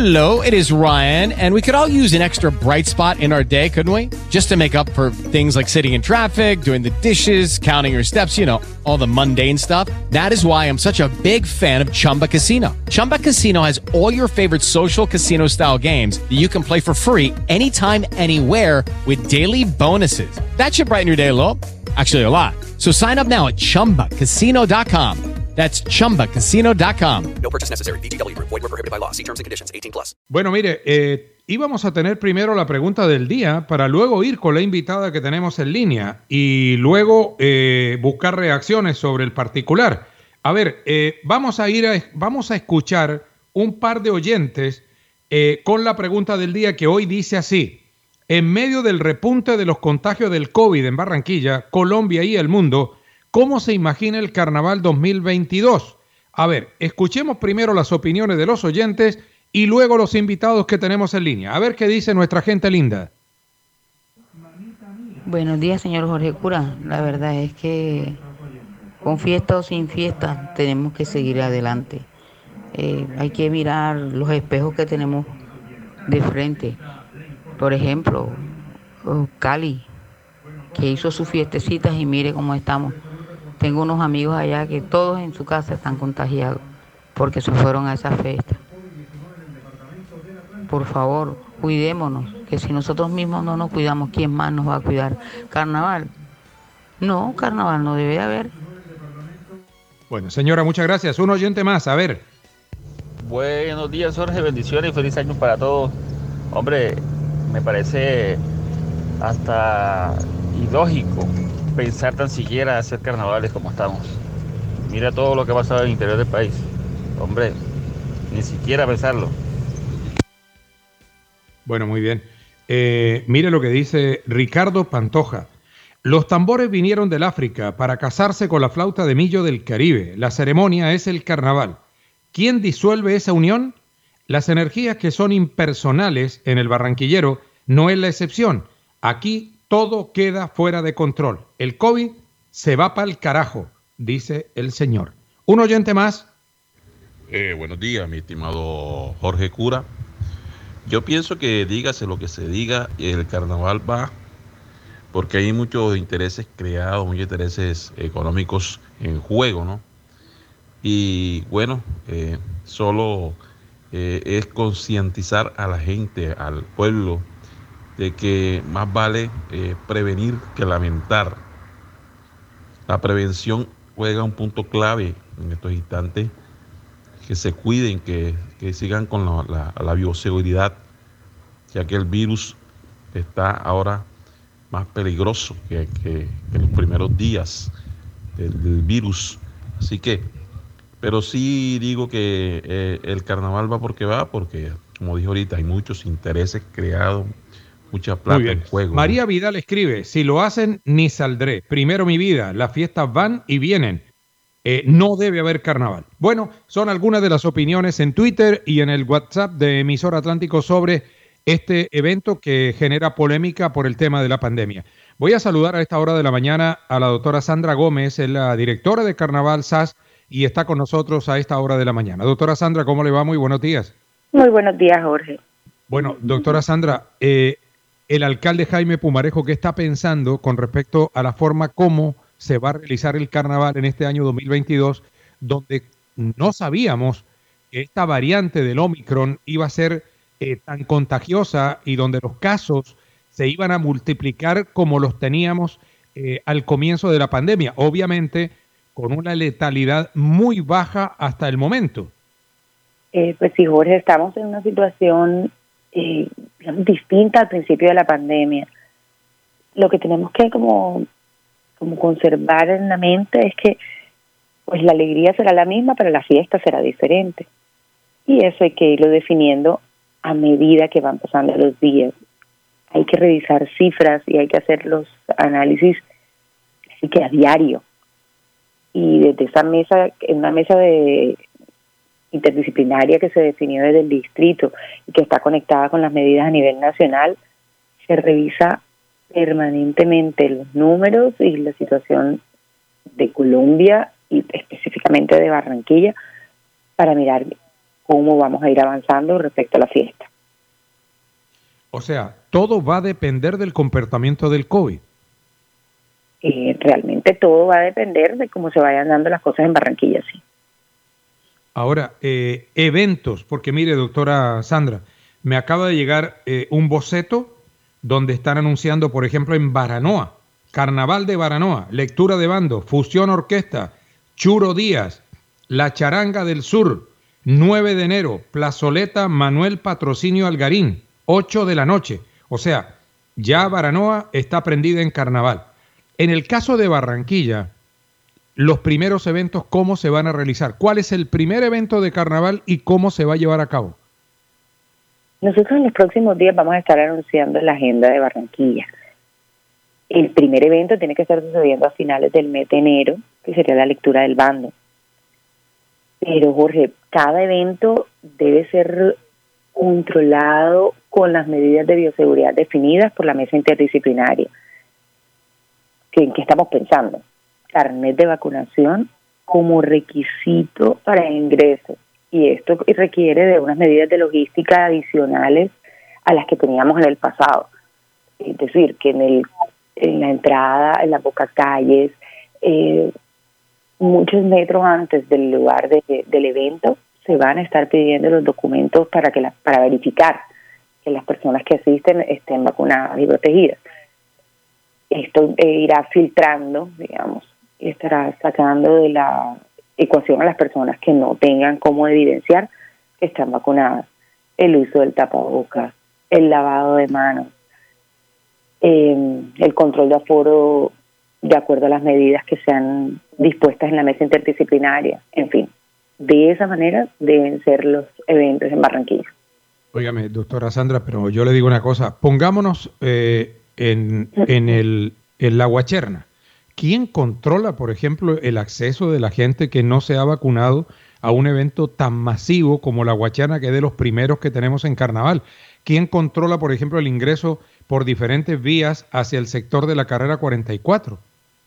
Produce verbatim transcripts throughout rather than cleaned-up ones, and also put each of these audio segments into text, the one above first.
Hello, it is Ryan, and we could all use an extra bright spot in our day, couldn't we? Just to make up for things like sitting in traffic, doing the dishes, counting your steps, you know, all the mundane stuff. That is why I'm such a big fan of Chumba Casino. Chumba Casino has all your favorite social casino-style games that you can play for free anytime, anywhere with daily bonuses. That should brighten your day a little. Actually, a lot. So sign up now at chumba casino dot com. That's chumba casino dot com. No purchase necessary. V G W Group. Void where prohibited by law. See terms and conditions. eighteen plus. Bueno, mire, eh, íbamos a tener primero la pregunta del día para luego ir con la invitada que tenemos en línea y luego eh, buscar reacciones sobre el particular. A ver, eh, vamos a ir a, vamos a escuchar un par de oyentes eh, con la pregunta del día que hoy dice así. En medio del repunte de los contagios del COVID en Barranquilla, Colombia y el mundo, ¿cómo se imagina el Carnaval dos mil veintidós? A ver, escuchemos primero las opiniones de los oyentes y luego los invitados que tenemos en línea. A ver qué dice nuestra gente linda. Buenos días, señor Jorge Cura. La verdad es que con fiesta o sin fiesta tenemos que seguir adelante. Eh, hay que mirar los espejos que tenemos de frente. Por ejemplo, Cali, que hizo sus fiestecitas y mire cómo estamos. Tengo unos amigos allá que todos en su casa están contagiados porque se fueron a esa fiesta. Por favor, cuidémonos, que si nosotros mismos no nos cuidamos, ¿quién más nos va a cuidar? ¿Carnaval? No, carnaval no debe haber. Bueno, señora, muchas gracias. Un oyente más, a ver. Buenos días, Jorge, bendiciones y feliz año para todos. Hombre, me parece hasta ilógico pensar tan siquiera hacer carnavales como estamos. Mira todo lo que ha pasado en el interior del país. Hombre, ni siquiera pensarlo. Bueno, muy bien. Eh, mire lo que dice Ricardo Pantoja. Los tambores vinieron del África para casarse con la flauta de millo del Caribe. La ceremonia es el carnaval. ¿Quién disuelve esa unión? Las energías que son impersonales en el barranquillero no es la excepción. Aquí todo queda fuera de control. El COVID se va para el carajo, dice el señor. Un oyente más. Eh, buenos días, mi estimado Jorge Cura. Yo pienso que dígase lo que se diga, el carnaval va, porque hay muchos intereses creados, muchos intereses económicos en juego, ¿no? Y bueno, eh, solo eh, es concientizar a la gente, al pueblo, de que más vale eh, prevenir que lamentar. La prevención juega un punto clave en estos instantes, que se cuiden, que, que sigan con la, la, la bioseguridad, ya que el virus está ahora más peligroso que, que, que los primeros días del, del virus. Así que, pero sí digo que eh, el carnaval va porque va, porque como dije ahorita, hay muchos intereses creados, mucha plata en juego. María ¿no? Vidal escribe, si lo hacen, ni saldré. Primero mi vida, las fiestas van y vienen. Eh, no debe haber carnaval. Bueno, son algunas de las opiniones en Twitter y en el WhatsApp de Emisora Atlántico sobre este evento que genera polémica por el tema de la pandemia. Voy a saludar a esta hora de la mañana a la doctora Sandra Gómez, es la directora de Carnaval S A S y está con nosotros a esta hora de la mañana. Doctora Sandra, ¿cómo le va? Muy buenos días. Muy buenos días, Jorge. Bueno, doctora Sandra, eh, el alcalde Jaime Pumarejo, ¿qué está pensando con respecto a la forma como se va a realizar el carnaval en este año dos mil veintidós, donde no sabíamos que esta variante del Omicron iba a ser eh, tan contagiosa y donde los casos se iban a multiplicar como los teníamos eh, al comienzo de la pandemia? Obviamente, con una letalidad muy baja hasta el momento. Eh, pues sí, Jorge, estamos en una situación eh, digamos, distinta al principio de la pandemia. Lo que tenemos que como, como conservar en la mente es que pues la alegría será la misma, pero la fiesta será diferente. Y eso hay que irlo definiendo a medida que van pasando los días. Hay que revisar cifras y hay que hacer los análisis así que a diario. Y desde esa mesa, en una mesa de interdisciplinaria que se definió desde el distrito y que está conectada con las medidas a nivel nacional, se revisa permanentemente los números y la situación de Colombia y específicamente de Barranquilla para mirar cómo vamos a ir avanzando respecto a la fiesta. O sea, todo va a depender del comportamiento del COVID. Eh, realmente todo va a depender de cómo se vayan dando las cosas en Barranquilla, sí. Ahora, eh, eventos, porque mire, doctora Sandra, me acaba de llegar eh, un boceto donde están anunciando, por ejemplo, en Baranoa, Carnaval de Baranoa, lectura de bando, fusión orquesta, Churo Díaz, La Charanga del Sur, nueve de enero, Plazoleta Manuel Patrocinio Algarín, ocho de la noche. O sea, ya Baranoa está prendida en carnaval. En el caso de Barranquilla, los primeros eventos, ¿cómo se van a realizar? ¿Cuál es el primer evento de carnaval y cómo se va a llevar a cabo? Nosotros en los próximos días vamos a estar anunciando la agenda de Barranquilla. El primer evento tiene que estar sucediendo a finales del mes de enero, que sería la lectura del bando. Pero, Jorge, cada evento debe ser controlado con las medidas de bioseguridad definidas por la mesa interdisciplinaria. ¿En qué estamos pensando? Carnet de vacunación como requisito para el ingreso. Y esto requiere de unas medidas de logística adicionales a las que teníamos en el pasado. Es decir, que en, el, en la entrada, en las bocas calles, eh, muchos metros antes del lugar de, del evento, se van a estar pidiendo los documentos para que la, para verificar que las personas que asisten estén vacunadas y protegidas. Esto eh, irá filtrando, digamos, y estará sacando de la ecuación a las personas que no tengan cómo evidenciar que están vacunadas. El uso del tapabocas, el lavado de manos, eh, el control de aforo de acuerdo a las medidas que sean dispuestas en la mesa interdisciplinaria, en fin. De esa manera deben ser los eventos en Barranquilla. Óigame, doctora Sandra, pero yo le digo una cosa, pongámonos eh, en, en, el, en la Guacherna. ¿Quién controla, por ejemplo, el acceso de la gente que no se ha vacunado a un evento tan masivo como la Guacherna, que es de los primeros que tenemos en Carnaval? ¿Quién controla, por ejemplo, el ingreso por diferentes vías hacia el sector de la carrera cuarenta y cuatro?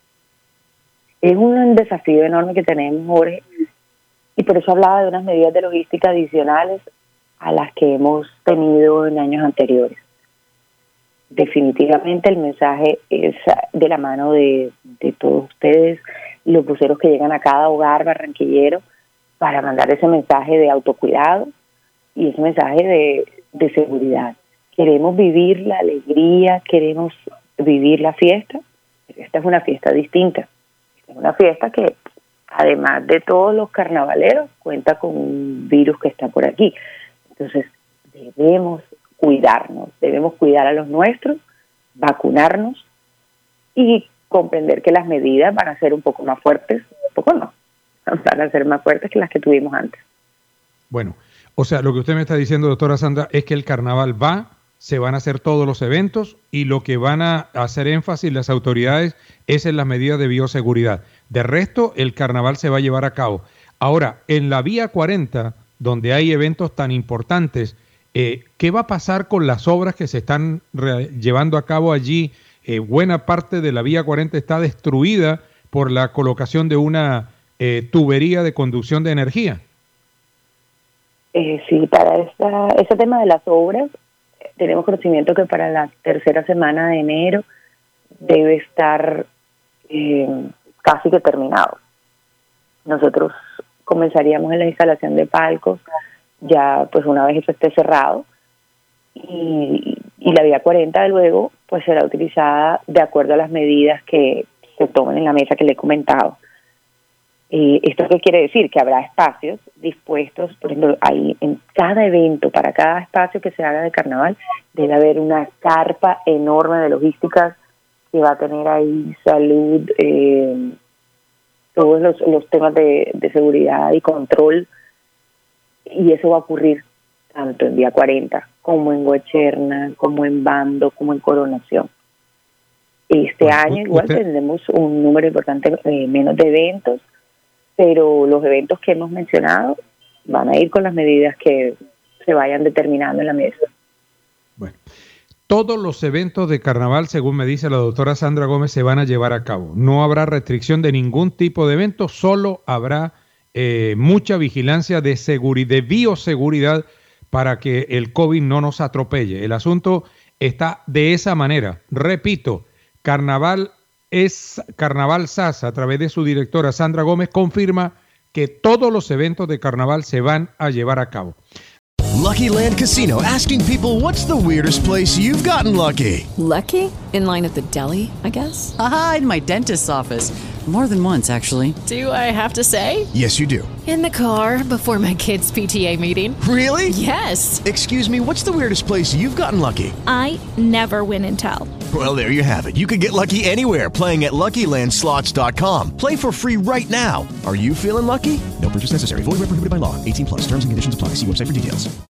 Es un desafío enorme que tenemos, Jorge, y por eso hablaba de unas medidas de logística adicionales a las que hemos tenido en años anteriores. Definitivamente el mensaje es de la mano de, de todos ustedes, los buceros que llegan a cada hogar barranquillero, para mandar ese mensaje de autocuidado y ese mensaje de, de seguridad. Queremos vivir la alegría, queremos vivir la fiesta, pero esta es una fiesta distinta. Esta es una fiesta que, además de todos los carnavaleros, cuenta con un virus que está por aquí. Entonces, debemos cuidarnos, debemos cuidar a los nuestros, vacunarnos y comprender que las medidas van a ser un poco más fuertes, un poco no, van a ser más fuertes que las que tuvimos antes. Bueno, o sea, lo que usted me está diciendo, doctora Sandra, es que el carnaval va, se van a hacer todos los eventos y lo que van a hacer énfasis las autoridades es en las medidas de bioseguridad. De resto, el carnaval se va a llevar a cabo. Ahora, en la vía cuarenta, donde hay eventos tan importantes, Eh, ¿qué va a pasar con las obras que se están llevando a cabo allí? Eh, buena parte de la vía cuarenta está destruida por la colocación de una eh, tubería de conducción de energía. Eh, sí, para esta, ese tema de las obras, tenemos conocimiento que para la tercera semana de enero debe estar eh, casi que terminado. Nosotros comenzaríamos en la instalación de palcos ya pues una vez eso esté cerrado y, y la vía cuarenta luego pues será utilizada de acuerdo a las medidas que se tomen en la mesa que le he comentado. Eh, ¿Esto qué quiere decir? Que habrá espacios dispuestos, por ejemplo, ahí en cada evento, para cada espacio que se haga de carnaval, debe haber una carpa enorme de logísticas que va a tener ahí salud, eh, todos los, los temas de, de seguridad y control. Y eso va a ocurrir tanto en Vía cuarenta como en Guacherna, como en Bando, como en Coronación. Este bueno, año igual usted... tendremos un número importante eh, menos de eventos, pero los eventos que hemos mencionado van a ir con las medidas que se vayan determinando en la mesa. Bueno, todos los eventos de carnaval, según me dice la doctora Sandra Gómez, se van a llevar a cabo. No habrá restricción de ningún tipo de evento, solo habrá eh, mucha vigilancia de seguridad, de bioseguridad para que el COVID no nos atropelle. El asunto está de esa manera. Repito, Carnaval es Carnaval S A S, a través de su directora Sandra Gómez, confirma que todos los eventos de Carnaval se van a llevar a cabo. Lucky Land Casino, asking people, what's the weirdest place you've gotten lucky? Lucky? In line at the deli, I guess? Aha, in my dentist's office. More than once, actually. Do I have to say? Yes, you do. In the car before my kids' P T A meeting. Really? Yes. Excuse me, what's the weirdest place you've gotten lucky? I never win and tell. Well, there you have it. You can get lucky anywhere, playing at Lucky Land Slots dot com. Play for free right now. Are you feeling lucky? No purchase necessary. Void where prohibited by law. eighteen plus. Terms and conditions apply. See website for details.